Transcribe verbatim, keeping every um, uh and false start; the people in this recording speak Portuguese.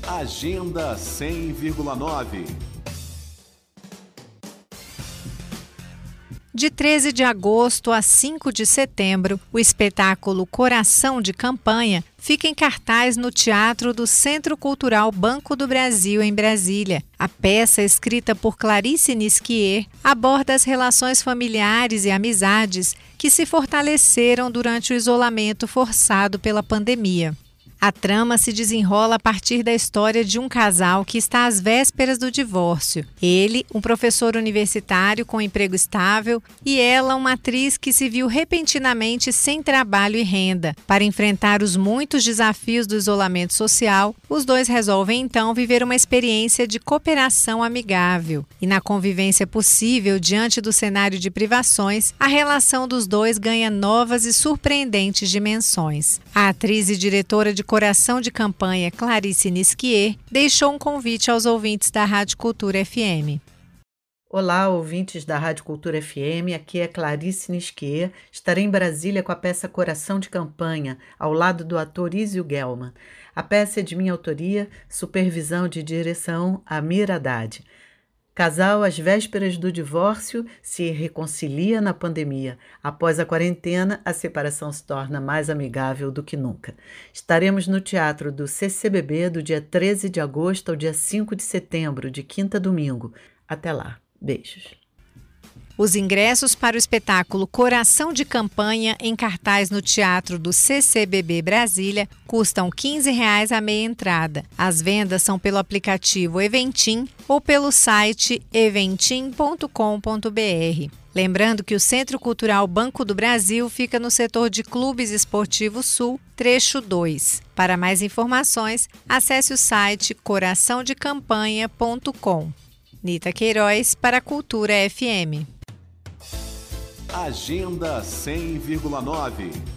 Agenda cem vírgula nove. De treze de agosto a cinco de setembro, o espetáculo Coração de Campanha fica em cartaz no Teatro do Centro Cultural Banco do Brasil, em Brasília. A peça, escrita por Clarice Nisquier, aborda as relações familiares e amizades que se fortaleceram durante o isolamento forçado pela pandemia. A trama se desenrola a partir da história de um casal que está às vésperas do divórcio. Ele, um professor universitário com emprego estável, e ela, uma atriz que se viu repentinamente sem trabalho e renda. Para enfrentar os muitos desafios do isolamento social, os dois resolvem então viver uma experiência de cooperação amigável. E na convivência possível diante do cenário de privações, a relação dos dois ganha novas e surpreendentes dimensões. A atriz e diretora de Coração de Campanha, Clarice Nisquier, deixou um convite aos ouvintes da Rádio Cultura F M. Olá, ouvintes da Rádio Cultura F M, aqui é Clarice Nisquier. Estarei em Brasília com a peça Coração de Campanha, ao lado do ator Ísio Gelman. A peça é de minha autoria, supervisão de direção Amir Haddad. Casal às vésperas do divórcio se reconcilia na pandemia. Após a quarentena, a separação se torna mais amigável do que nunca. Estaremos no Teatro do C C B B do dia treze de agosto ao dia cinco de setembro, de quinta a domingo. Até lá. Beijos. Os ingressos para o espetáculo Coração de Campanha, em cartaz no Teatro do C C B B Brasília, custam quinze reais a meia entrada. As vendas são pelo aplicativo Eventim ou pelo site eventim ponto com ponto br. Lembrando que o Centro Cultural Banco do Brasil fica no setor de Clubes Esportivos Sul, trecho dois. Para mais informações, acesse o site coração de campanha ponto com. Nita Queiroz para a Cultura F M. Agenda cem vírgula nove.